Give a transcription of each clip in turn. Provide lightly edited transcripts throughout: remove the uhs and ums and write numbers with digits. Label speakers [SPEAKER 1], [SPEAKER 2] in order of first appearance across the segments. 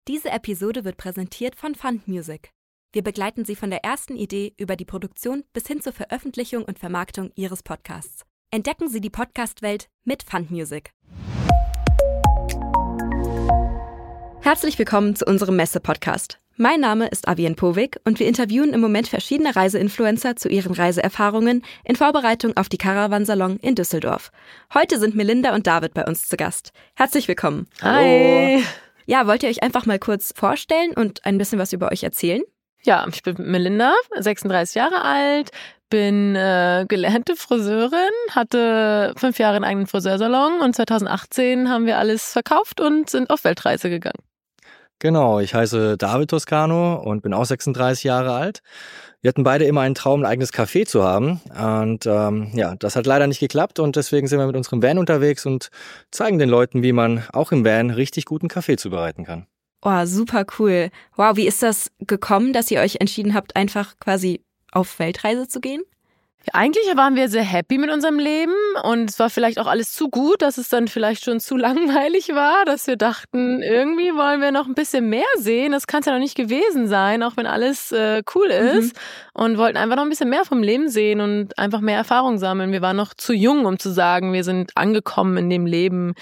[SPEAKER 1] Diese Episode wird präsentiert von Fund Music. Wir begleiten Sie von der ersten Idee über die Produktion bis hin zur Veröffentlichung und Vermarktung Ihres Podcasts. Entdecken Sie die Podcast-Welt mit Fund Music. Herzlich willkommen zu unserem Messe-Podcast. Mein Name ist Avian Povig und wir interviewen im Moment verschiedene Reiseinfluencer zu ihren Reiseerfahrungen in Vorbereitung auf die Caravansalon in Düsseldorf. Heute sind Melinda und David bei uns zu Gast. Herzlich willkommen.
[SPEAKER 2] Hi.
[SPEAKER 1] Ja, wollt ihr euch einfach mal kurz vorstellen und ein bisschen was über euch erzählen?
[SPEAKER 2] Ja, ich bin Melinda, 36 Jahre alt, bin gelernte Friseurin, hatte 5 Jahre einen eigenen Friseursalon und 2018 haben wir alles verkauft und sind auf Weltreise gegangen.
[SPEAKER 3] Genau, ich heiße David Toscano und bin auch 36 Jahre alt. Wir hatten beide immer einen Traum, ein eigenes Café zu haben. Und das hat leider nicht geklappt und deswegen sind wir mit unserem Van unterwegs und zeigen den Leuten, wie man auch im Van richtig guten Kaffee zubereiten kann.
[SPEAKER 1] Oh, super cool. Wow, wie ist das gekommen, dass ihr euch entschieden habt, einfach quasi auf Weltreise zu gehen?
[SPEAKER 2] Ja, eigentlich waren wir sehr happy mit unserem Leben und es war vielleicht auch alles zu gut, dass es dann vielleicht schon zu langweilig war, dass wir dachten, irgendwie wollen wir noch ein bisschen mehr sehen. Das kann es ja noch nicht gewesen sein, auch wenn alles cool ist. Und wollten einfach noch ein bisschen mehr vom Leben sehen und einfach mehr Erfahrung sammeln. Wir waren noch zu jung, um zu sagen, wir sind angekommen in dem Leben,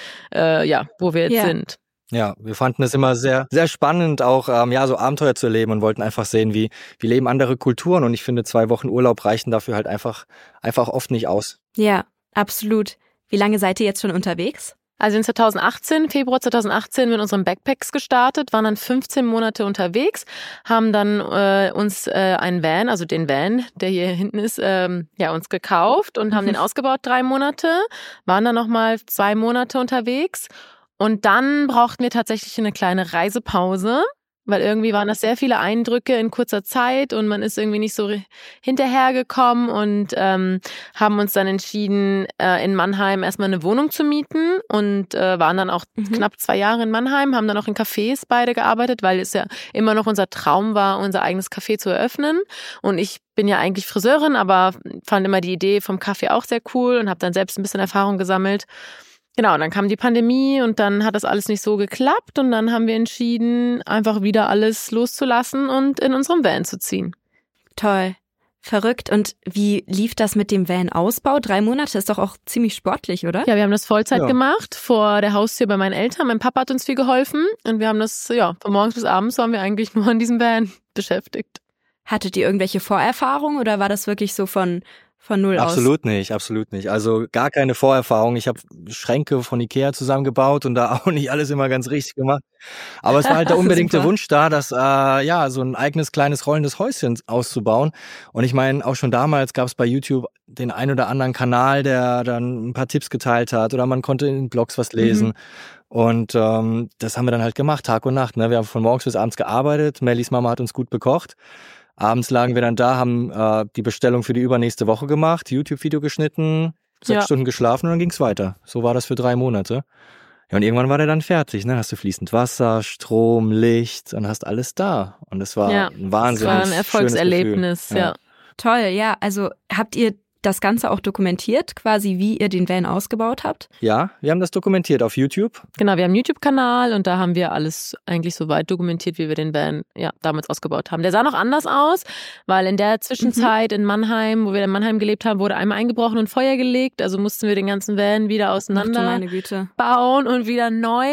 [SPEAKER 2] wo wir jetzt sind.
[SPEAKER 3] Ja, wir fanden es immer sehr, sehr spannend, auch so Abenteuer zu erleben und wollten einfach sehen, wie leben andere Kulturen. Und ich finde, 2 Wochen Urlaub reichen dafür halt einfach oft nicht aus.
[SPEAKER 1] Ja, absolut. Wie lange seid ihr jetzt schon unterwegs?
[SPEAKER 2] Also in Februar 2018 mit unseren Backpacks gestartet, waren dann 15 Monate unterwegs, haben dann uns einen Van, also den Van, der hier hinten ist, uns gekauft und haben den ausgebaut 3 Monate, waren dann nochmal 2 Monate unterwegs. Und dann brauchten wir tatsächlich eine kleine Reisepause, weil irgendwie waren das sehr viele Eindrücke in kurzer Zeit und man ist irgendwie nicht so hinterhergekommen und haben uns dann entschieden, in Mannheim erstmal eine Wohnung zu mieten und waren dann auch knapp 2 Jahre in Mannheim, haben dann auch in Cafés beide gearbeitet, weil es ja immer noch unser Traum war, unser eigenes Café zu eröffnen. Und ich bin ja eigentlich Friseurin, aber fand immer die Idee vom Kaffee auch sehr cool und habe dann selbst ein bisschen Erfahrung gesammelt. Genau, dann kam die Pandemie und dann hat das alles nicht so geklappt und dann haben wir entschieden, einfach wieder alles loszulassen und in unserem Van zu ziehen.
[SPEAKER 1] Toll, verrückt. Und wie lief das mit dem Van-Ausbau? 3 Monate ist doch auch ziemlich sportlich, oder?
[SPEAKER 2] Ja, wir haben das Vollzeit gemacht, vor der Haustür bei meinen Eltern. Mein Papa hat uns viel geholfen und wir haben das, von morgens bis abends waren wir eigentlich nur an diesem Van beschäftigt.
[SPEAKER 1] Hattet ihr irgendwelche Vorerfahrungen oder war das wirklich so von null aus?
[SPEAKER 3] Absolut nicht. Also gar keine Vorerfahrung. Ich habe Schränke von Ikea zusammengebaut und da auch nicht alles immer ganz richtig gemacht. Aber es war halt der unbedingte Wunsch da, das so ein eigenes kleines rollendes Häuschen auszubauen. Und ich meine, auch schon damals gab es bei YouTube den ein oder anderen Kanal, der dann ein paar Tipps geteilt hat oder man konnte in Blogs was lesen. Und das haben wir dann halt gemacht, Tag und Nacht. Ne? Wir haben von morgens bis abends gearbeitet. Mellies Mama hat uns gut bekocht. Abends lagen wir dann da, haben die Bestellung für die übernächste Woche gemacht, YouTube-Video geschnitten, 6 Stunden geschlafen und dann ging's weiter. So war das für 3 Monate. Ja, und irgendwann war der dann fertig. Ne? Hast du fließend Wasser, Strom, Licht und hast alles da. Und es war ein wahnsinnig schönes Gefühl.
[SPEAKER 2] Es war ein Erfolgserlebnis, ja.
[SPEAKER 1] Toll, ja. Also habt ihr das Ganze auch dokumentiert, quasi wie ihr den Van ausgebaut habt?
[SPEAKER 3] Ja, wir haben das dokumentiert auf YouTube.
[SPEAKER 2] Genau, wir haben einen YouTube-Kanal und da haben wir alles eigentlich so weit dokumentiert, wie wir den Van damals ausgebaut haben. Der sah noch anders aus, weil in der Zwischenzeit in Mannheim, wo wir in Mannheim gelebt haben, wurde einmal eingebrochen und Feuer gelegt. Also mussten wir den ganzen Van wieder auseinander bauen und wieder neu.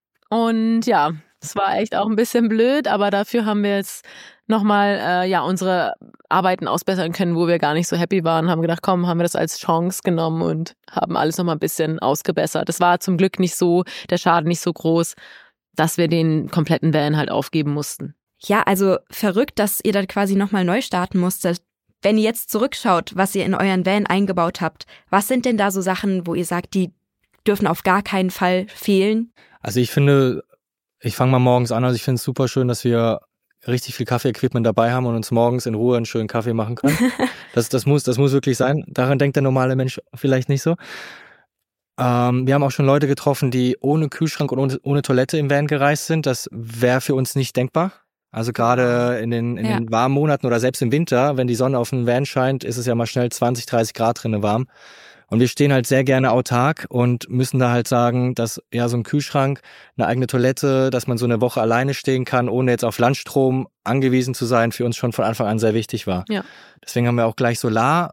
[SPEAKER 2] Und ja, es war echt auch ein bisschen blöd, aber dafür haben wir jetzt nochmal unsere Arbeiten ausbessern können, wo wir gar nicht so happy waren, haben gedacht, komm, haben wir das als Chance genommen und haben alles nochmal ein bisschen ausgebessert. Es war zum Glück nicht so, der Schaden nicht so groß, dass wir den kompletten Van halt aufgeben mussten.
[SPEAKER 1] Ja, also verrückt, dass ihr dann quasi nochmal neu starten musstet. Wenn ihr jetzt zurückschaut, was ihr in euren Van eingebaut habt, was sind denn da so Sachen, wo ihr sagt, die dürfen auf gar keinen Fall fehlen?
[SPEAKER 3] Also ich finde, ich fange mal morgens an, also ich finde es super schön, dass wir richtig viel Kaffee-Equipment dabei haben und uns morgens in Ruhe einen schönen Kaffee machen können. Das muss wirklich sein. Daran denkt der normale Mensch vielleicht nicht so. Wir haben auch schon Leute getroffen, die ohne Kühlschrank und ohne Toilette im Van gereist sind. Das wäre für uns nicht denkbar. Also gerade in den warmen Monaten oder selbst im Winter, wenn die Sonne auf den Van scheint, ist es ja mal schnell 20, 30 Grad drinnen warm. Und wir stehen halt sehr gerne autark und müssen da halt sagen, dass ja so ein Kühlschrank, eine eigene Toilette, dass man so eine Woche alleine stehen kann, ohne jetzt auf Landstrom angewiesen zu sein, für uns schon von Anfang an sehr wichtig war.
[SPEAKER 2] Ja.
[SPEAKER 3] Deswegen haben wir auch gleich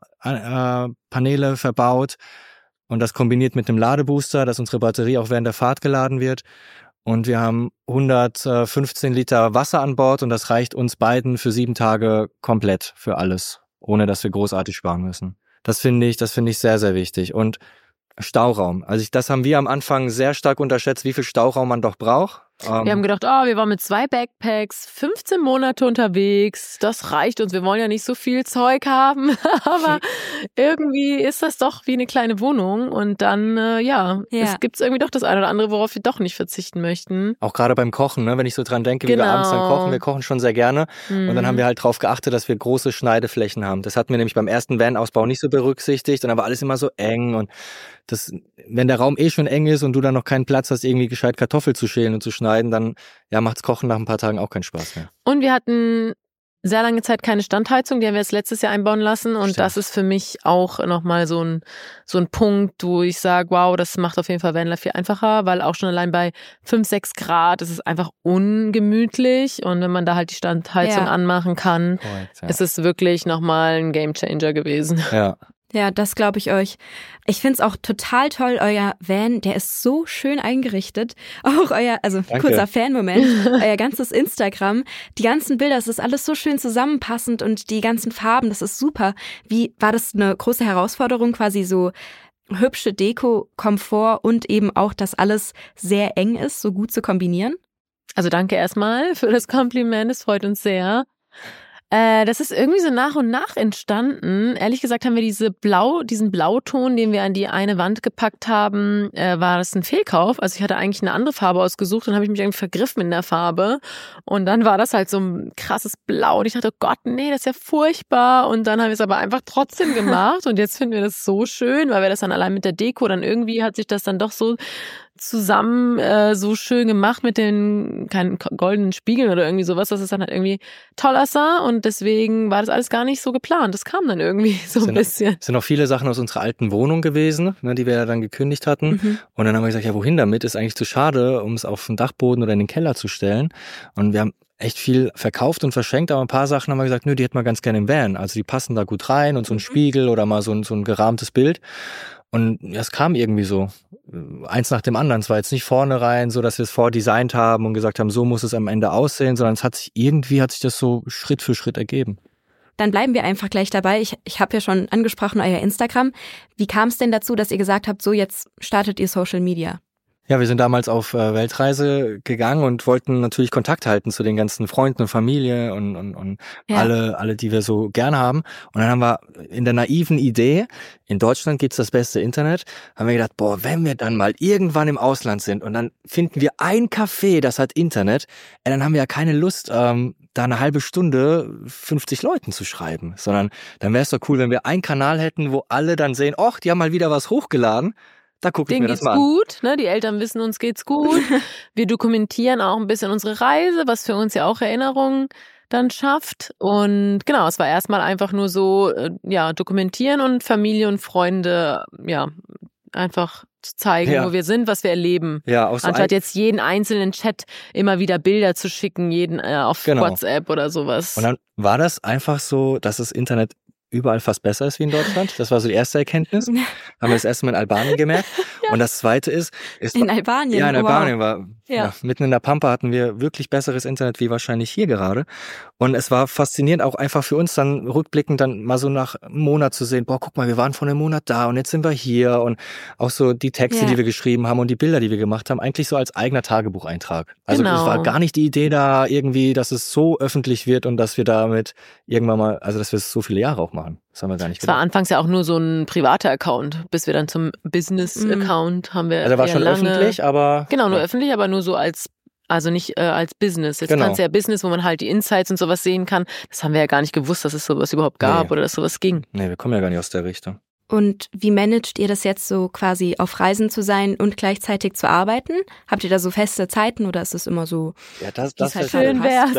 [SPEAKER 3] Solarpaneele verbaut und das kombiniert mit einem Ladebooster, dass unsere Batterie auch während der Fahrt geladen wird. Und wir haben 115 Liter Wasser an Bord und das reicht uns beiden für 7 Tage komplett für alles, ohne dass wir großartig sparen müssen. Das finde ich sehr, sehr wichtig. Und Stauraum. Also das haben wir am Anfang sehr stark unterschätzt, wie viel Stauraum man doch braucht.
[SPEAKER 2] Wir haben gedacht, wir waren mit 2 Backpacks, 15 Monate unterwegs, das reicht uns, wir wollen ja nicht so viel Zeug haben, aber irgendwie ist das doch wie eine kleine Wohnung und dann, es gibt irgendwie doch das eine oder andere, worauf wir doch nicht verzichten möchten.
[SPEAKER 3] Auch gerade beim Kochen, ne? Wenn ich so dran denke, wie wir abends dann kochen, wir kochen schon sehr gerne und dann haben wir halt drauf geachtet, dass wir große Schneideflächen haben. Das hatten wir nämlich beim ersten Van-Ausbau nicht so berücksichtigt und dann war alles immer so eng und wenn der Raum schon eng ist und du dann noch keinen Platz hast, irgendwie gescheit Kartoffel zu schälen und zu schneiden, dann macht's Kochen nach ein paar Tagen auch keinen Spaß mehr.
[SPEAKER 2] Und wir hatten sehr lange Zeit keine Standheizung, die haben wir jetzt letztes Jahr einbauen lassen und
[SPEAKER 3] Stimmt.
[SPEAKER 2] Das ist für mich auch nochmal so ein Punkt, wo ich sage, wow, das macht auf jeden Fall Vanlife viel einfacher, weil auch schon allein bei 5, 6 Grad ist es einfach ungemütlich und wenn man da halt die Standheizung anmachen kann, ist es wirklich nochmal ein Gamechanger gewesen.
[SPEAKER 1] Ja, das glaube ich euch. Ich find's auch total toll, euer Van, der ist so schön eingerichtet. Auch Danke. Kurzer Fan-Moment, euer ganzes Instagram, die ganzen Bilder, es ist alles so schön zusammenpassend und die ganzen Farben, das ist super. Wie war das eine große Herausforderung, quasi so hübsche Deko, Komfort und eben auch, dass alles sehr eng ist, so gut zu kombinieren?
[SPEAKER 2] Also danke erstmal für das Kompliment, es freut uns sehr. Das ist irgendwie so nach und nach entstanden. Ehrlich gesagt haben wir diesen Blauton, den wir an die eine Wand gepackt haben, war das ein Fehlkauf. Also ich hatte eigentlich eine andere Farbe ausgesucht und habe ich mich irgendwie vergriffen in der Farbe. Und dann war das halt so ein krasses Blau. Und ich dachte, oh Gott, nee, das ist ja furchtbar. Und dann haben wir es aber einfach trotzdem gemacht. Und jetzt finden wir das so schön, weil wir das dann allein mit der Deko, dann irgendwie hat sich das dann doch so zusammen so schön gemacht mit den keinen goldenen Spiegeln oder irgendwie sowas, dass es dann halt irgendwie toll aussah und deswegen war das alles gar nicht so geplant. Das kam dann irgendwie so ein bisschen.
[SPEAKER 3] Es sind auch viele Sachen aus unserer alten Wohnung gewesen, ne, die wir ja dann gekündigt hatten. Und dann haben wir gesagt, ja, wohin damit? Ist eigentlich zu schade, um es auf den Dachboden oder in den Keller zu stellen. Und wir haben echt viel verkauft und verschenkt, aber ein paar Sachen haben wir gesagt, nö, die hätten wir ganz gerne im Van. Also die passen da gut rein und so ein Spiegel oder mal so ein gerahmtes Bild. Und es kam irgendwie so, eins nach dem anderen. Es war jetzt nicht vorne rein, so dass wir es vordesignt haben und gesagt haben, so muss es am Ende aussehen, sondern hat sich das so Schritt für Schritt ergeben.
[SPEAKER 1] Dann bleiben wir einfach gleich dabei. Ich habe ja schon angesprochen, euer Instagram. Wie kam es denn dazu, dass ihr gesagt habt, so jetzt startet ihr Social Media?
[SPEAKER 3] Ja, wir sind damals auf Weltreise gegangen und wollten natürlich Kontakt halten zu den ganzen Freunden und Familie und alle, die wir so gern haben. Und dann haben wir in der naiven Idee, in Deutschland gibt's das beste Internet, haben wir gedacht, wenn wir dann mal irgendwann im Ausland sind und dann finden wir ein Café, das hat Internet, dann haben wir ja keine Lust, da eine halbe Stunde 50 Leuten zu schreiben, sondern dann wäre es doch cool, wenn wir einen Kanal hätten, wo alle dann sehen, die haben mal wieder was hochgeladen. Da gucke ich mir das mal an.
[SPEAKER 2] Denen geht's gut, ne? Die Eltern wissen, uns geht's gut. Wir dokumentieren auch ein bisschen unsere Reise, was für uns ja auch Erinnerungen dann schafft. Und genau, es war erstmal einfach nur so, dokumentieren und Familie und Freunde, einfach zu zeigen, wo wir sind, was wir erleben.
[SPEAKER 3] Ja, auch so
[SPEAKER 2] anstatt jetzt jeden einzelnen Chat immer wieder Bilder zu schicken, jeden auf WhatsApp oder sowas.
[SPEAKER 3] Und dann war das einfach so, dass das Internet überall fast besser ist wie in Deutschland. Das war so die erste Erkenntnis. Haben wir das erste Mal in Albanien gemerkt. Und das zweite ist
[SPEAKER 1] in Albanien?
[SPEAKER 3] Ja, in Albanien war mitten in der Pampa hatten wir wirklich besseres Internet wie wahrscheinlich hier gerade. Und es war faszinierend, auch einfach für uns dann rückblickend dann mal so nach einem Monat zu sehen, guck mal, wir waren vor einem Monat da und jetzt sind wir hier. Und auch so die Texte, die wir geschrieben haben und die Bilder, die wir gemacht haben, eigentlich so als eigener Tagebucheintrag. Also es war gar nicht die Idee da irgendwie, dass es so öffentlich wird und dass wir damit irgendwann mal, also dass wir es so viele Jahre auch machen. Das haben wir gar nicht gedacht.
[SPEAKER 2] Es war anfangs ja auch nur so ein privater Account, bis wir dann zum Business-Account haben wir.
[SPEAKER 3] Also war schon öffentlich, aber.
[SPEAKER 2] Genau, nur öffentlich, aber nur so als nicht als Business. Jetzt kannst du ja Business, wo man halt die Insights und sowas sehen kann. Das haben wir ja gar nicht gewusst, dass es sowas überhaupt gab oder dass sowas ging.
[SPEAKER 3] Nee, wir kommen ja gar nicht aus der Richtung.
[SPEAKER 1] Und wie managt ihr das jetzt so quasi auf Reisen zu sein und gleichzeitig zu arbeiten? Habt ihr da so feste Zeiten oder ist es immer so?
[SPEAKER 3] Ja, das
[SPEAKER 1] halt
[SPEAKER 2] schön wär's.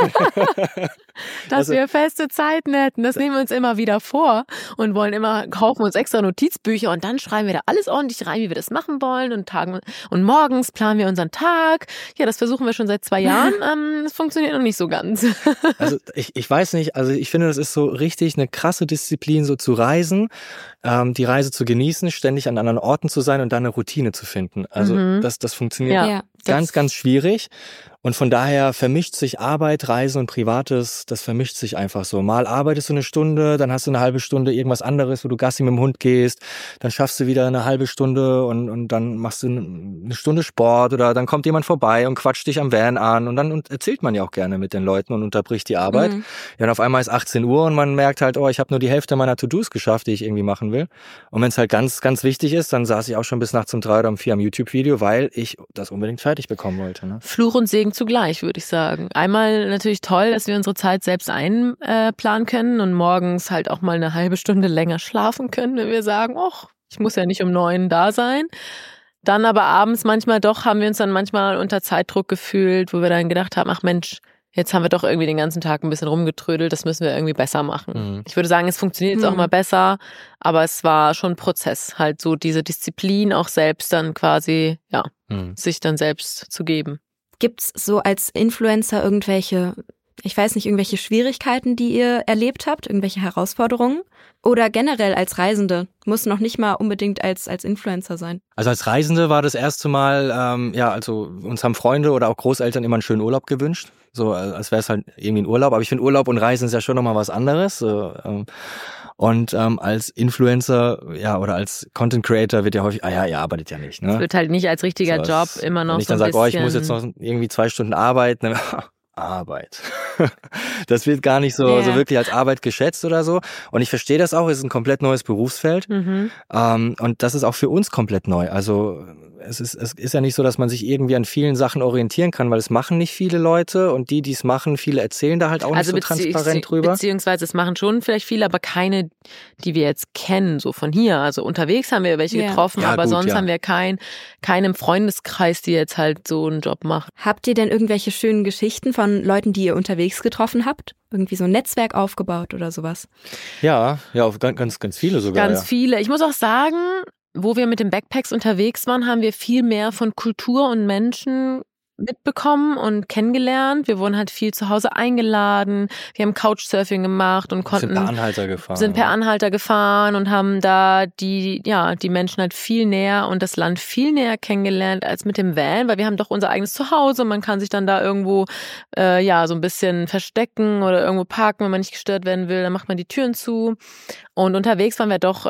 [SPEAKER 2] Dass
[SPEAKER 3] Also-
[SPEAKER 2] wir feste Zeiten hätten. Das nehmen wir uns immer wieder vor und kaufen uns extra Notizbücher und dann schreiben wir da alles ordentlich rein, wie wir das machen wollen und morgens planen wir unseren Tag. Ja, das versuchen wir schon seit 2 Jahren. Das funktioniert noch nicht so ganz.
[SPEAKER 3] Also ich weiß nicht, also ich finde, das ist so richtig eine krasse Disziplin, so zu reisen, die Reise zu genießen, ständig an anderen Orten zu sein und dann eine Routine zu finden. Also das funktioniert
[SPEAKER 2] Ja.
[SPEAKER 3] ganz, ganz schwierig. Und von daher vermischt sich Arbeit, Reisen und Privates, das vermischt sich einfach so. Mal arbeitest du eine Stunde, dann hast du eine halbe Stunde irgendwas anderes, wo du Gassi mit dem Hund gehst, dann schaffst du wieder eine halbe Stunde und dann machst du eine Stunde Sport oder dann kommt jemand vorbei und quatscht dich am Van an und dann erzählt man ja auch gerne mit den Leuten und unterbricht die Arbeit. Ja, und auf einmal ist 18 Uhr und man merkt halt, ich habe nur die Hälfte meiner To-Dos geschafft, die ich irgendwie machen will. Und wenn es halt ganz, ganz wichtig ist, dann saß ich auch schon bis nachts um 3 oder um 4 am YouTube-Video, weil ich das unbedingt fertig bekommen wollte. Ne?
[SPEAKER 2] Fluch und Segen zugleich, würde ich sagen. Einmal natürlich toll, dass wir unsere Zeit selbst einplanen können und morgens halt auch mal eine halbe Stunde länger schlafen können, wenn wir sagen, ich muss ja nicht um 9 da sein. Dann aber abends haben wir uns dann manchmal unter Zeitdruck gefühlt, wo wir dann gedacht haben, ach Mensch, jetzt haben wir doch irgendwie den ganzen Tag ein bisschen rumgetrödelt, das müssen wir irgendwie besser machen. Ich würde sagen, es funktioniert jetzt auch mal besser, aber es war schon ein Prozess, halt so diese Disziplin auch selbst dann quasi, sich dann selbst zu geben.
[SPEAKER 1] Gibt's so als Influencer irgendwelche Schwierigkeiten, die ihr erlebt habt, irgendwelche Herausforderungen? Oder generell als Reisende? Muss noch nicht mal unbedingt als Influencer sein.
[SPEAKER 3] Also als Reisende war das erste Mal, also uns haben Freunde oder auch Großeltern immer einen schönen Urlaub gewünscht. So, als wäre es halt irgendwie ein Urlaub. Aber ich finde, Urlaub und Reisen ist ja schon nochmal was anderes. Und als Influencer, oder als Content Creator wird ja häufig, ihr arbeitet ja nicht. Ne?
[SPEAKER 2] Es wird halt nicht als richtiger Job immer noch so ein bisschen. Wenn ich
[SPEAKER 3] dann sage, ich muss jetzt noch irgendwie 2 Stunden arbeiten, dann, Arbeit. Das wird gar nicht so wirklich als Arbeit geschätzt oder so. Und ich verstehe das auch, es ist ein komplett neues Berufsfeld. Und das ist auch für uns komplett neu. Also es ist ja nicht so, dass man sich irgendwie an vielen Sachen orientieren kann, weil es machen nicht viele Leute und die es machen, viele erzählen da halt auch nicht so transparent drüber.
[SPEAKER 2] Beziehungsweise es machen schon vielleicht viele, aber keine, die wir jetzt kennen, so von hier. Also unterwegs haben wir welche getroffen, aber sonst haben wir keinen im Freundeskreis, die jetzt halt so einen Job macht.
[SPEAKER 1] Habt ihr denn irgendwelche schönen Geschichten von Leuten, die ihr unterwegs getroffen habt? Irgendwie so ein Netzwerk aufgebaut oder sowas?
[SPEAKER 3] Ja, ganz, ganz viele sogar.
[SPEAKER 2] Ganz viele. Ich muss auch sagen, wo wir mit den Backpacks unterwegs waren, haben wir viel mehr von Kultur und Menschen mitbekommen und kennengelernt. Wir wurden halt viel zu Hause eingeladen. Wir haben Couchsurfing gemacht und sind per Anhalter gefahren und haben da die Menschen halt viel näher und das Land viel näher kennengelernt als mit dem Van, weil wir haben doch unser eigenes Zuhause. Man kann sich dann da irgendwo so ein bisschen verstecken oder irgendwo parken, wenn man nicht gestört werden will. Dann macht man die Türen zu. Und unterwegs waren wir doch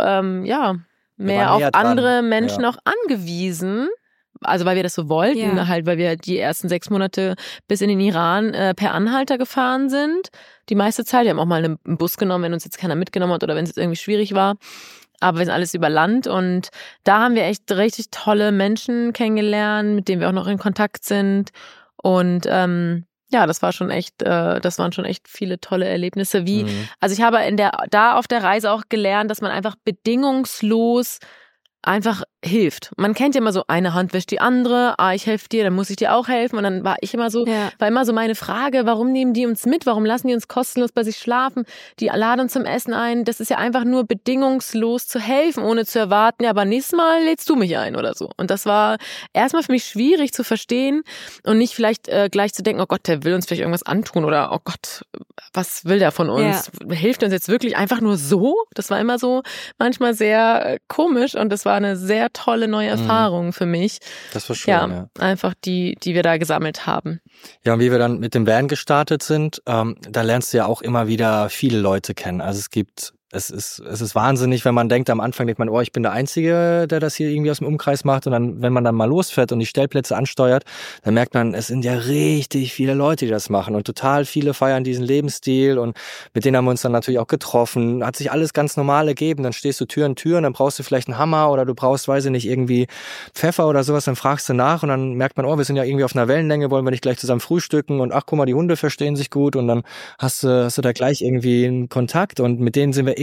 [SPEAKER 2] mehr auf andere Menschen auch angewiesen. Also weil wir das so wollten, halt, weil wir die ersten 6 Monate bis in den Iran per Anhalter gefahren sind. Die meiste Zeit. Wir haben auch mal einen Bus genommen, wenn uns jetzt keiner mitgenommen hat oder wenn es jetzt irgendwie schwierig war. Aber wir sind alles über Land und da haben wir echt richtig tolle Menschen kennengelernt, mit denen wir auch noch in Kontakt sind. Und das waren schon echt viele tolle Erlebnisse. Also ich habe da auf der Reise auch gelernt, dass man einfach bedingungslos einfach hilft. Man kennt ja immer so, eine Hand wäscht die andere, ich helfe dir, dann muss ich dir auch helfen. Und dann war immer so meine Frage, warum nehmen die uns mit? Warum lassen die uns kostenlos bei sich schlafen? Die laden uns zum Essen ein. Das ist ja einfach nur bedingungslos zu helfen, ohne zu erwarten, ja, aber nächstes Mal lädst du mich ein oder so. Und das war erstmal für mich schwierig zu verstehen und nicht vielleicht gleich zu denken, oh Gott, der will uns vielleicht irgendwas antun oder oh Gott, was will der von uns? Hilft uns jetzt wirklich einfach nur so? Das war immer so manchmal sehr komisch und das war eine sehr tolle neue Erfahrung für mich. Das war schön, einfach die wir da gesammelt haben.
[SPEAKER 3] Ja, und wie wir dann mit dem Van gestartet sind, da lernst du ja auch immer wieder viele Leute kennen. Also es ist wahnsinnig, wenn man denkt, am Anfang denkt man, ich bin der Einzige, der das hier irgendwie aus dem Umkreis macht. Und dann, wenn man dann mal losfährt und die Stellplätze ansteuert, dann merkt man, es sind ja richtig viele Leute, die das machen. Und total viele feiern diesen Lebensstil. Und mit denen haben wir uns dann natürlich auch getroffen. Hat sich alles ganz normal ergeben. Dann stehst du Tür an Tür und dann brauchst du vielleicht einen Hammer oder du brauchst, weiß ich nicht, irgendwie Pfeffer oder sowas. Dann fragst du nach und dann merkt man, wir sind ja irgendwie auf einer Wellenlänge, wollen wir nicht gleich zusammen frühstücken? Und ach, guck mal, die Hunde verstehen sich gut. Und dann hast du da gleich irgendwie einen Kontakt. Und mit denen sind wir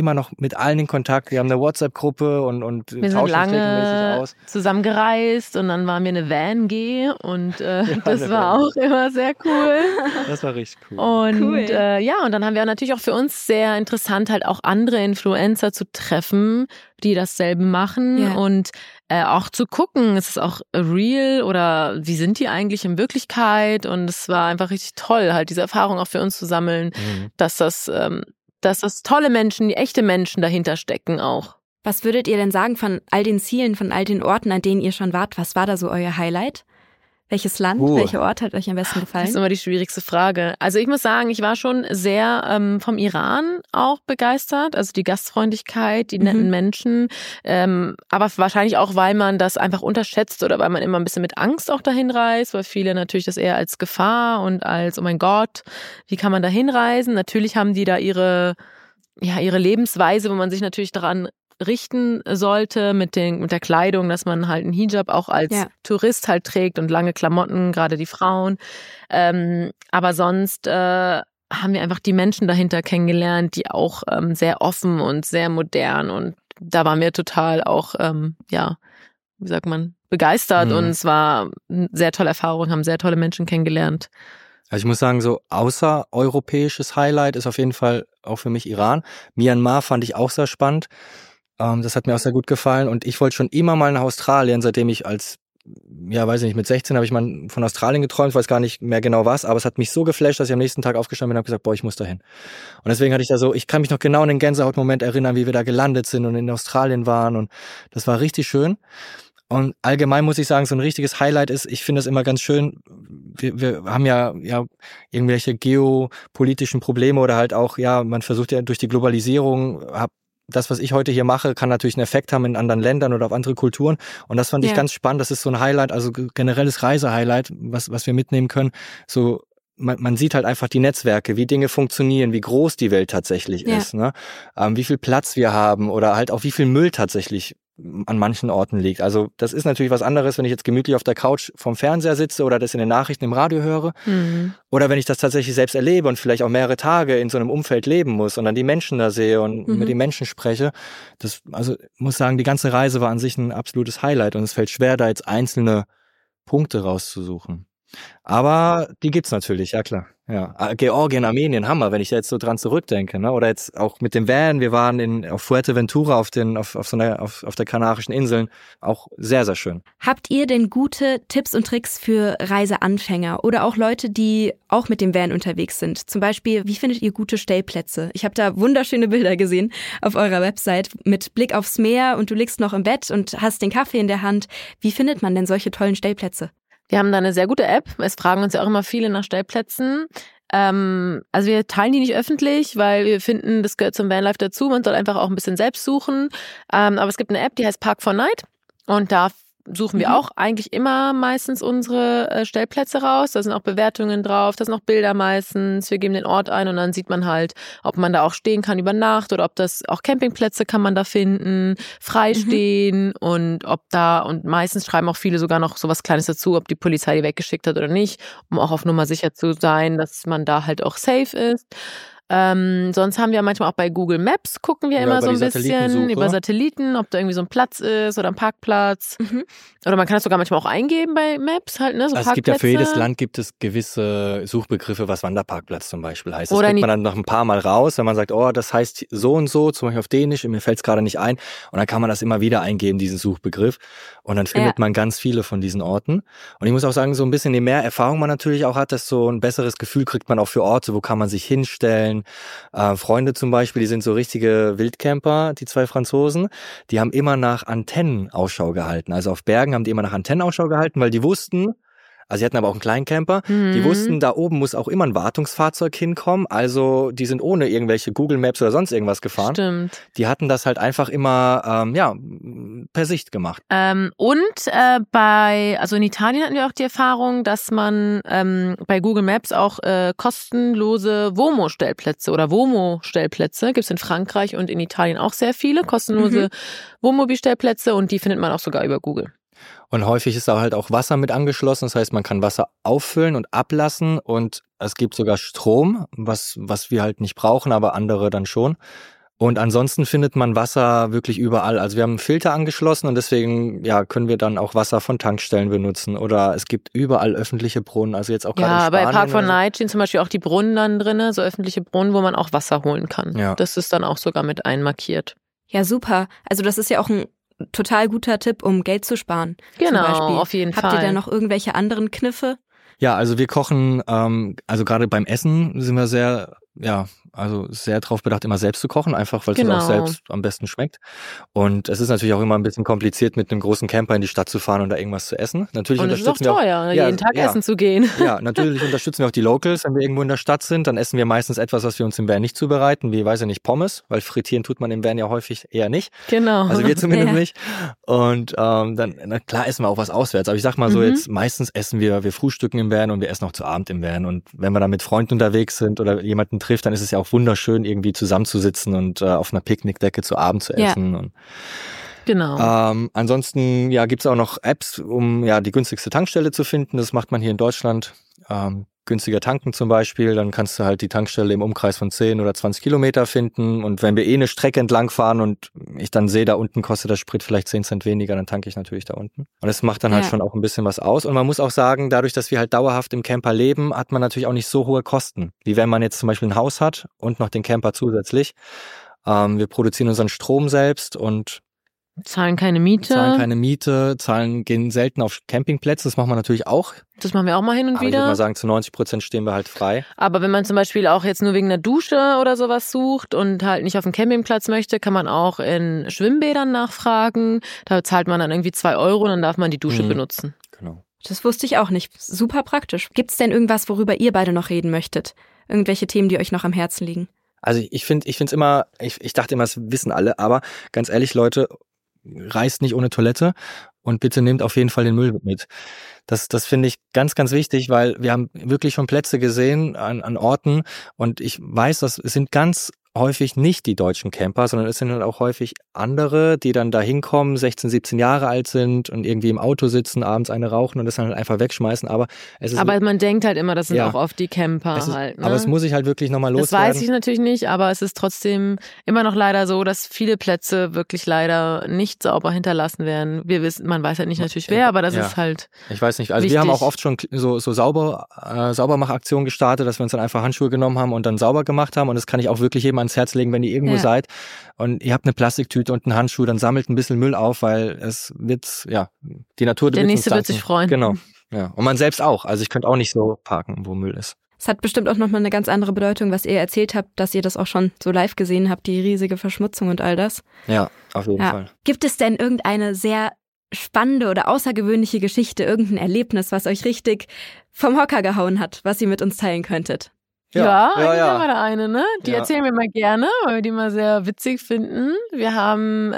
[SPEAKER 3] immer noch mit allen in Kontakt. Wir haben eine WhatsApp-Gruppe und
[SPEAKER 2] wir sind lange zusammen gereist und dann waren wir eine Van-G und das war auch immer sehr cool.
[SPEAKER 3] Das war richtig cool.
[SPEAKER 2] Und und dann haben wir natürlich auch für uns sehr interessant, halt auch andere Influencer zu treffen, die dasselbe machen und auch zu gucken, ist es auch real oder wie sind die eigentlich in Wirklichkeit? Und es war einfach richtig toll, halt diese Erfahrung auch für uns zu sammeln, dass das tolle Menschen, die echte Menschen dahinter stecken auch.
[SPEAKER 1] Was würdet ihr denn sagen von all den Zielen, von all den Orten, an denen ihr schon wart? Was war da so euer Highlight? Welches Land, welcher Ort hat euch am besten gefallen?
[SPEAKER 2] Das ist immer die schwierigste Frage. Also ich muss sagen, ich war schon sehr vom Iran auch begeistert. Also die Gastfreundlichkeit, die netten Menschen. Aber wahrscheinlich auch, weil man das einfach unterschätzt oder weil man immer ein bisschen mit Angst auch dahin reist, weil viele natürlich das eher als Gefahr und als, oh mein Gott, wie kann man da hinreisen? Natürlich haben die da ihre Lebensweise, wo man sich natürlich daran richten sollte mit der Kleidung, dass man halt einen Hijab auch als Tourist halt trägt und lange Klamotten, gerade die Frauen. Aber sonst haben wir einfach die Menschen dahinter kennengelernt, die auch sehr offen und sehr modern und da waren wir total auch, begeistert und es war eine sehr tolle Erfahrung, haben sehr tolle Menschen kennengelernt.
[SPEAKER 3] Also ich muss sagen, so außereuropäisches Highlight ist auf jeden Fall auch für mich Iran. Myanmar fand ich auch sehr spannend. Das hat mir auch sehr gut gefallen und ich wollte schon immer mal nach Australien, seitdem ich mit 16 habe ich mal von Australien geträumt, weiß gar nicht mehr genau was, aber es hat mich so geflasht, dass ich am nächsten Tag aufgestanden bin und habe gesagt, ich muss da hin. Und deswegen hatte ich ich kann mich noch genau an den Gänsehautmoment erinnern, wie wir da gelandet sind und in Australien waren und das war richtig schön. Und allgemein muss ich sagen, so ein richtiges Highlight ist, ich finde das immer ganz schön, wir haben ja irgendwelche geopolitischen Probleme oder halt auch, man versucht ja durch die Globalisierung, das, was ich heute hier mache, kann natürlich einen Effekt haben in anderen Ländern oder auf andere Kulturen. Und das fand ich ganz spannend. Das ist so ein Highlight, also generelles Reisehighlight, was wir mitnehmen können. So, man sieht halt einfach die Netzwerke, wie Dinge funktionieren, wie groß die Welt tatsächlich ist, ne? Wie viel Platz wir haben oder halt auch wie viel Müll tatsächlich an manchen Orten liegt. Also das ist natürlich was anderes, wenn ich jetzt gemütlich auf der Couch vom Fernseher sitze oder das in den Nachrichten im Radio höre oder wenn ich das tatsächlich selbst erlebe und vielleicht auch mehrere Tage in so einem Umfeld leben muss und dann die Menschen da sehe und mit den Menschen spreche. Also muss sagen, die ganze Reise war an sich ein absolutes Highlight und es fällt schwer, da jetzt einzelne Punkte rauszusuchen. Aber die gibt's natürlich, ja klar. Ja, Georgien, Armenien, Hammer, wenn ich jetzt so dran zurückdenke, ne? Oder jetzt auch mit dem Van, wir waren auf Fuerteventura auf der Kanarischen Inseln, auch sehr, sehr schön.
[SPEAKER 1] Habt ihr denn gute Tipps und Tricks für Reiseanfänger oder auch Leute, die auch mit dem Van unterwegs sind? Zum Beispiel, wie findet ihr gute Stellplätze? Ich habe da wunderschöne Bilder gesehen auf eurer Website mit Blick aufs Meer und du liegst noch im Bett und hast den Kaffee in der Hand. Wie findet man denn solche tollen Stellplätze?
[SPEAKER 2] Wir haben da eine sehr gute App. Es fragen uns ja auch immer viele nach Stellplätzen. Also wir teilen die nicht öffentlich, weil wir finden, das gehört zum Vanlife dazu. Man soll einfach auch ein bisschen selbst suchen. Aber es gibt eine App, die heißt Park4Night. Und da suchen wir auch eigentlich immer meistens unsere Stellplätze raus. Da sind auch Bewertungen drauf, da sind auch Bilder meistens. Wir geben den Ort ein und dann sieht man halt, ob man da auch stehen kann über Nacht oder ob das auch Campingplätze kann man da finden, frei stehen und und meistens schreiben auch viele sogar noch sowas Kleines dazu, ob die Polizei die weggeschickt hat oder nicht, um auch auf Nummer sicher zu sein, dass man da halt auch safe ist. Sonst haben wir manchmal auch bei Google Maps, gucken wir immer so ein bisschen über Satelliten, ob da irgendwie so ein Platz ist oder ein Parkplatz. Oder man kann das sogar manchmal auch eingeben bei Maps halt, ne? So
[SPEAKER 3] also es gibt ja für jedes Land gewisse Suchbegriffe, was Wanderparkplatz zum Beispiel heißt. Das kriegt man dann noch ein paar Mal raus, wenn man sagt, das heißt so und so, zum Beispiel auf Dänisch, mir fällt es gerade nicht ein. Und dann kann man das immer wieder eingeben, diesen Suchbegriff. Und dann findet man ganz viele von diesen Orten. Und ich muss auch sagen, so ein bisschen, je mehr Erfahrung man natürlich auch hat, desto ein besseres Gefühl kriegt man auch für Orte, wo kann man sich hinstellen. Freunde zum Beispiel, die sind so richtige Wildcamper, die 2 Franzosen, die haben immer nach Antennen Ausschau gehalten. Also auf Bergen haben die immer nach Antennen Ausschau gehalten, weil die wussten, also sie hatten aber auch einen Kleincamper, die wussten, da oben muss auch immer ein Wartungsfahrzeug hinkommen, also die sind ohne irgendwelche Google Maps oder sonst irgendwas gefahren.
[SPEAKER 2] Stimmt.
[SPEAKER 3] Die hatten das halt einfach immer, per Sicht gemacht.
[SPEAKER 2] Also in Italien hatten wir auch die Erfahrung, dass man bei Google Maps auch kostenlose Womo-Stellplätze oder Womo-Stellplätze, gibt's in Frankreich und in Italien auch sehr viele, kostenlose Wohnmobilstellplätze und die findet man auch sogar über Google.
[SPEAKER 3] Und häufig ist da halt auch Wasser mit angeschlossen, das heißt, man kann Wasser auffüllen und ablassen und es gibt sogar Strom, was wir halt nicht brauchen, aber andere dann schon. Und ansonsten findet man Wasser wirklich überall. Also wir haben einen Filter angeschlossen und deswegen können wir dann auch Wasser von Tankstellen benutzen. Oder es gibt überall öffentliche Brunnen. Also jetzt auch gerade in Spanien.
[SPEAKER 2] Ja, bei Park for Night stehen zum Beispiel auch die Brunnen dann drin, so öffentliche Brunnen, wo man auch Wasser holen kann.
[SPEAKER 3] Ja.
[SPEAKER 2] Das ist dann auch sogar mit einmarkiert.
[SPEAKER 1] Ja, super. Also das ist ja auch ein total guter Tipp, um Geld zu sparen.
[SPEAKER 2] Genau,
[SPEAKER 1] zum Beispiel.
[SPEAKER 2] auf jeden Fall.
[SPEAKER 1] Habt ihr da noch irgendwelche anderen Kniffe?
[SPEAKER 3] Ja, also wir kochen, also gerade beim Essen sind wir sehr drauf bedacht, immer selbst zu kochen, einfach weil es uns auch selbst am besten schmeckt. Und es ist natürlich auch immer ein bisschen kompliziert, mit einem großen Camper in die Stadt zu fahren und da irgendwas zu essen. Natürlich
[SPEAKER 2] und es ist auch teuer, jeden Tag essen zu gehen.
[SPEAKER 3] Ja, natürlich unterstützen wir auch die Locals, wenn wir irgendwo in der Stadt sind. Dann essen wir meistens etwas, was wir uns im Van nicht zubereiten, wie, weiß ich nicht, Pommes, weil frittieren tut man im Van ja häufig eher nicht.
[SPEAKER 2] Genau.
[SPEAKER 3] Also wir zumindest nicht. Und dann, klar essen wir auch was auswärts. Aber ich sag mal so, jetzt meistens essen wir frühstücken im Van und wir essen auch zu Abend im Van. Und wenn wir dann mit Freunden unterwegs sind oder jemanden trifft, dann ist es ja auch wunderschön, irgendwie zusammenzusitzen und auf einer Picknickdecke zu Abend zu essen.
[SPEAKER 2] Ja.
[SPEAKER 3] Und,
[SPEAKER 2] genau.
[SPEAKER 3] Ansonsten gibt's auch noch Apps, um die günstigste Tankstelle zu finden. Das macht man hier in Deutschland. Günstiger tanken zum Beispiel, dann kannst du halt die Tankstelle im Umkreis von 10 oder 20 Kilometer finden. Und wenn wir eine Strecke entlang fahren und ich dann sehe, da unten kostet der Sprit vielleicht 10 Cent weniger, dann tanke ich natürlich da unten. Und das macht dann halt schon auch ein bisschen was aus. Und man muss auch sagen, dadurch, dass wir halt dauerhaft im Camper leben, hat man natürlich auch nicht so hohe Kosten, wie wenn man jetzt zum Beispiel ein Haus hat und noch den Camper zusätzlich. Wir produzieren unseren Strom selbst und
[SPEAKER 2] Zahlen keine Miete,
[SPEAKER 3] gehen selten auf Campingplätze, das machen wir natürlich auch.
[SPEAKER 2] Das machen wir auch mal hin und
[SPEAKER 3] aber
[SPEAKER 2] wieder.
[SPEAKER 3] Ich würde mal sagen, zu 90% stehen wir halt frei.
[SPEAKER 2] Aber wenn man zum Beispiel auch jetzt nur wegen einer Dusche oder sowas sucht und halt nicht auf dem Campingplatz möchte, kann man auch in Schwimmbädern nachfragen. Da zahlt man dann irgendwie 2 € und dann darf man die Dusche benutzen.
[SPEAKER 3] Genau.
[SPEAKER 1] Das wusste ich auch nicht. Super praktisch. Gibt's denn irgendwas, worüber ihr beide noch reden möchtet? Irgendwelche Themen, die euch noch am Herzen liegen?
[SPEAKER 3] Also ich find's immer, ich dachte immer, das wissen alle, aber ganz ehrlich, Leute, reist nicht ohne Toilette und bitte nehmt auf jeden Fall den Müll mit. Das finde ich ganz, ganz wichtig, weil wir haben wirklich schon Plätze gesehen an Orten und ich weiß, das sind ganz häufig nicht die deutschen Camper, sondern es sind halt auch häufig andere, die dann da hinkommen, 16, 17 Jahre alt sind und irgendwie im Auto sitzen, abends eine rauchen und das dann halt einfach wegschmeißen. Aber
[SPEAKER 2] man denkt halt immer, das sind auch oft die Camper halt. Ne?
[SPEAKER 3] Aber es muss ich halt wirklich nochmal loswerden.
[SPEAKER 2] Das weiß ich natürlich nicht, aber es ist trotzdem immer noch leider so, dass viele Plätze wirklich leider nicht sauber hinterlassen werden. Man weiß halt nicht natürlich wer, aber das ist halt
[SPEAKER 3] ich weiß nicht. Also
[SPEAKER 2] wichtig.
[SPEAKER 3] Wir haben auch oft schon so Saubermachaktionen gestartet, dass wir uns dann einfach Handschuhe genommen haben und dann sauber gemacht haben und das kann ich auch wirklich jedem ans Herz legen, wenn ihr irgendwo seid und ihr habt eine Plastiktüte und einen Handschuh, dann sammelt ein bisschen Müll auf, weil es wird, die Natur
[SPEAKER 2] der Nächste wird sich freuen.
[SPEAKER 3] Genau, ja. Und man selbst auch. Also ich könnte auch nicht so parken, wo Müll ist.
[SPEAKER 1] Es hat bestimmt auch nochmal eine ganz andere Bedeutung, was ihr erzählt habt, dass ihr das auch schon so live gesehen habt, die riesige Verschmutzung und all das.
[SPEAKER 3] Ja, auf jeden Fall.
[SPEAKER 1] Gibt es denn irgendeine sehr spannende oder außergewöhnliche Geschichte, irgendein Erlebnis, was euch richtig vom Hocker gehauen hat, was ihr mit uns teilen könntet?
[SPEAKER 2] Ja, eigentlich haben wir da eine, ne? Die erzählen wir mal gerne, weil wir die mal sehr witzig finden. Wir haben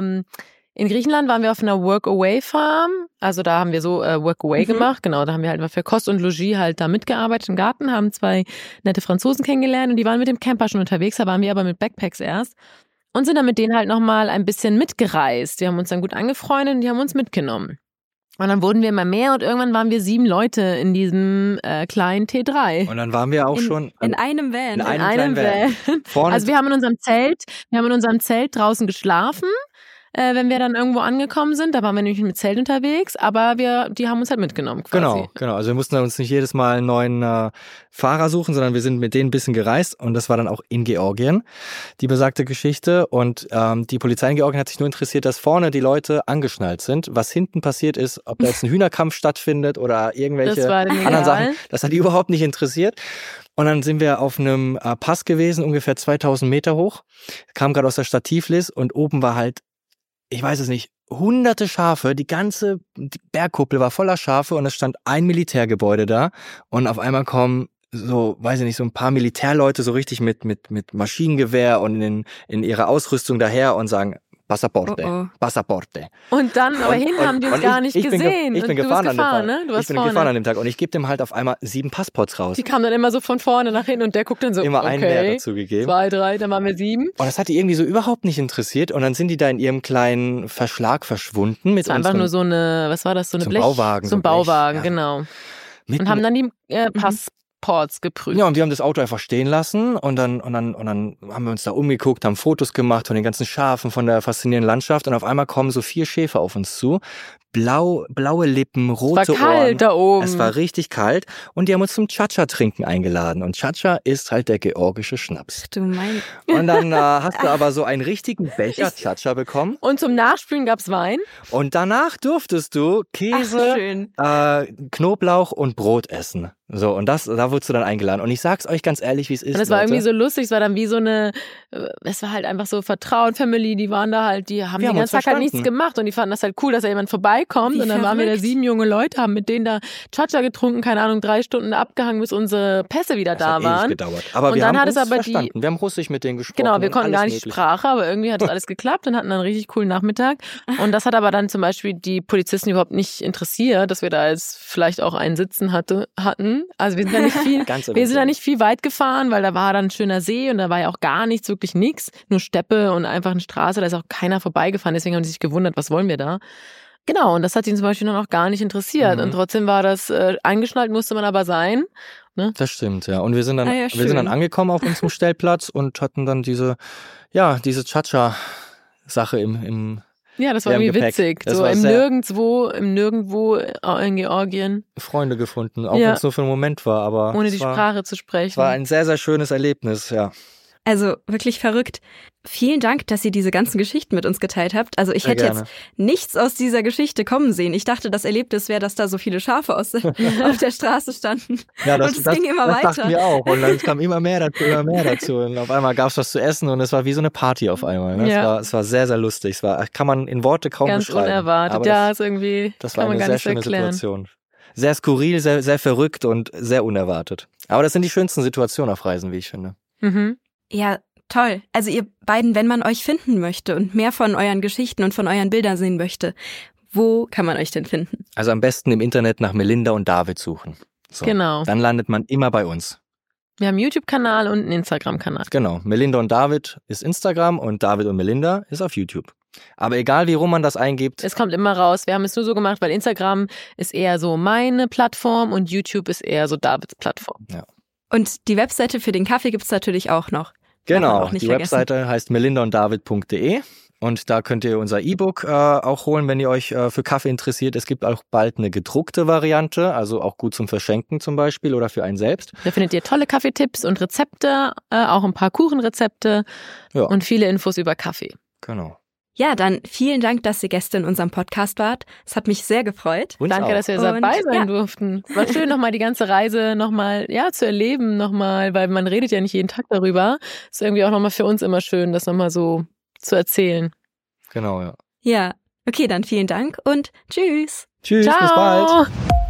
[SPEAKER 2] in Griechenland waren wir auf einer Work-Away-Farm. Also da haben wir so Work-Away gemacht. Genau, da haben wir halt mal für Kost und Logis halt da mitgearbeitet im Garten, haben 2 nette Franzosen kennengelernt und die waren mit dem Camper schon unterwegs, da waren wir aber mit Backpacks erst. Und sind dann mit denen halt nochmal ein bisschen mitgereist. Wir haben uns dann gut angefreundet und die haben uns mitgenommen. Und dann wurden wir immer mehr und irgendwann waren wir 7 Leute in diesem kleinen T3.
[SPEAKER 3] Und dann waren wir auch schon
[SPEAKER 1] in einem Van.
[SPEAKER 2] In einem Van. Also wir haben in unserem Zelt draußen geschlafen, wenn wir dann irgendwo angekommen sind. Da waren wir nämlich mit Zelt unterwegs, aber die haben uns halt mitgenommen quasi.
[SPEAKER 3] Genau. Also wir mussten uns nicht jedes Mal einen neuen Fahrer suchen, sondern wir sind mit denen ein bisschen gereist und das war dann auch in Georgien, die besagte Geschichte. Und die Polizei in Georgien hat sich nur interessiert, dass vorne die Leute angeschnallt sind. Was hinten passiert ist, ob da jetzt ein Hühnerkampf stattfindet oder irgendwelche anderen Sachen, das hat die überhaupt nicht interessiert. Und dann sind wir auf einem Pass gewesen, ungefähr 2000 Meter hoch, kam gerade aus der Stadt Tiflis und oben war halt, ich weiß es nicht, hunderte Schafe, die Bergkuppel war voller Schafe und es stand ein Militärgebäude da und auf einmal kommen so, weiß ich nicht, so ein paar Militärleute so richtig mit Maschinengewehr und in ihrer Ausrüstung daher und sagen, Passaporte.
[SPEAKER 2] Und dann, aber hinten haben die uns gar nicht gesehen.
[SPEAKER 3] Ich bin gefahren an dem Tag.
[SPEAKER 2] Ne?
[SPEAKER 3] Ich bin gefahren an dem Tag und ich gebe dem halt auf einmal 7 Passports raus.
[SPEAKER 2] Die kamen dann immer so von vorne nach hinten und der guckt dann so,
[SPEAKER 3] immer einen mehr dazu gegeben.
[SPEAKER 2] 2, 3, dann waren wir 7.
[SPEAKER 3] Und das hat die irgendwie so überhaupt nicht interessiert und dann sind die da in ihrem kleinen Verschlag verschwunden.
[SPEAKER 2] Das war einfach nur so eine, was war das, so eine Blech?
[SPEAKER 3] Bauwagen.
[SPEAKER 2] So ein Bauwagen, genau. Und haben dann die Jackpots geprüft.
[SPEAKER 3] Ja, und wir haben das Auto einfach stehen lassen und dann haben wir uns da umgeguckt, haben Fotos gemacht von den ganzen Schafen, von der faszinierenden Landschaft und auf einmal kommen so 4 Schäfer auf uns zu. Blaue Lippen, rote Ohren.
[SPEAKER 2] Es war kalt da oben.
[SPEAKER 3] Es war richtig kalt und die haben uns zum Cha-Cha-Trinken eingeladen. Und Cha-Cha ist halt der georgische Schnaps.
[SPEAKER 1] Du mein.
[SPEAKER 3] Und dann hast du aber so einen richtigen Becher Cha-Cha bekommen.
[SPEAKER 2] Und zum Nachspülen gab's Wein.
[SPEAKER 3] Und danach durftest du Käse, Knoblauch und Brot essen. So, und da wurdest du dann eingeladen. Und ich sag's euch ganz ehrlich, wie es ist.
[SPEAKER 2] Und es war irgendwie so lustig, es war dann wie so es war halt einfach so Vertrauen, Family, die waren da halt, die haben den ganzen Tag halt nichts gemacht und die fanden das halt cool, dass da jemand vorbeikommt. Und dann waren wir da 7 junge Leute, haben mit denen da Cha-Cha getrunken, keine Ahnung, 3 Stunden abgehangen, bis unsere Pässe wieder da waren.
[SPEAKER 3] Gedauert. Aber und wir haben uns verstanden. Wir haben Russisch mit denen gesprochen.
[SPEAKER 2] Genau, wir konnten gar nicht Sprache, aber irgendwie hat das alles geklappt und hatten einen richtig coolen Nachmittag. Und das hat aber dann zum Beispiel die Polizisten überhaupt nicht interessiert, dass wir da jetzt vielleicht auch einen Sitzen hatten. Also wir sind da nicht viel weit gefahren, weil da war dann ein schöner See und da war ja auch gar nichts, wirklich nichts. Nur Steppe und einfach eine Straße, da ist auch keiner vorbeigefahren. Deswegen haben sie sich gewundert, was wollen wir da? Genau, und das hat ihn zum Beispiel dann auch gar nicht interessiert. Und trotzdem war das, eingeschnallt musste man aber sein. Ne?
[SPEAKER 3] Das stimmt, ja. Und wir sind dann angekommen auf unserem Stellplatz und hatten dann diese Cha-Cha-Sache im
[SPEAKER 2] Ja, das war irgendwie witzig. So im Nirgendwo in Georgien.
[SPEAKER 3] Freunde gefunden, auch wenn es nur für einen Moment war, aber
[SPEAKER 2] ohne die Sprache zu sprechen.
[SPEAKER 3] Es war ein sehr, sehr schönes Erlebnis, ja.
[SPEAKER 1] Also wirklich verrückt. Vielen Dank, dass ihr diese ganzen Geschichten mit uns geteilt habt. Also ich hätte jetzt nichts aus dieser Geschichte kommen sehen. Ich dachte, das Erlebnis wäre, dass da so viele Schafe auf der Straße standen. Ja, und es ging immer weiter.
[SPEAKER 3] Das dachten wir auch. Und dann kam immer mehr dazu. Und auf einmal gab es was zu essen und es war wie so eine Party auf einmal. Ne? Ja. Es war sehr, sehr lustig. Kann man in Worte kaum beschreiben.
[SPEAKER 2] Ganz unerwartet. Aber das irgendwie
[SPEAKER 3] das war eine sehr schöne Situation. Sehr skurril, sehr, sehr verrückt und sehr unerwartet. Aber das sind die schönsten Situationen auf Reisen, wie ich finde.
[SPEAKER 1] Mhm. Ja, toll. Also ihr beiden, wenn man euch finden möchte und mehr von euren Geschichten und von euren Bildern sehen möchte, wo kann man euch denn finden?
[SPEAKER 3] Also am besten im Internet nach Melinda und David suchen. So,
[SPEAKER 2] genau.
[SPEAKER 3] Dann landet man immer bei uns.
[SPEAKER 2] Wir haben einen YouTube-Kanal und einen Instagram-Kanal.
[SPEAKER 3] Genau. Melinda und David ist Instagram und David und Melinda ist auf YouTube. Aber egal, wie rum man das eingibt.
[SPEAKER 2] Es kommt immer raus. Wir haben es nur so gemacht, weil Instagram ist eher so meine Plattform und YouTube ist eher so Davids Plattform.
[SPEAKER 3] Ja.
[SPEAKER 1] Und die Webseite für den Kaffee gibt's natürlich auch noch.
[SPEAKER 3] Genau, die Webseite heißt melindaunddavid.de und da könnt ihr unser E-Book auch holen, wenn ihr euch für Kaffee interessiert. Es gibt auch bald eine gedruckte Variante, also auch gut zum Verschenken zum Beispiel oder für einen selbst.
[SPEAKER 2] Da findet ihr tolle Kaffeetipps und Rezepte, auch ein paar Kuchenrezepte und viele Infos über Kaffee.
[SPEAKER 3] Genau.
[SPEAKER 1] Ja, dann vielen Dank, dass ihr Gäste in unserem Podcast wart. Es hat mich sehr gefreut.
[SPEAKER 2] Danke, dass wir dabei sein durften. War schön, nochmal die ganze Reise nochmal zu erleben, weil man redet ja nicht jeden Tag darüber. Ist irgendwie auch nochmal für uns immer schön, das nochmal so zu erzählen.
[SPEAKER 3] Genau, ja.
[SPEAKER 1] Ja, okay, dann vielen Dank und tschüss.
[SPEAKER 3] Tschüss,
[SPEAKER 2] Ciao.
[SPEAKER 3] Bis bald.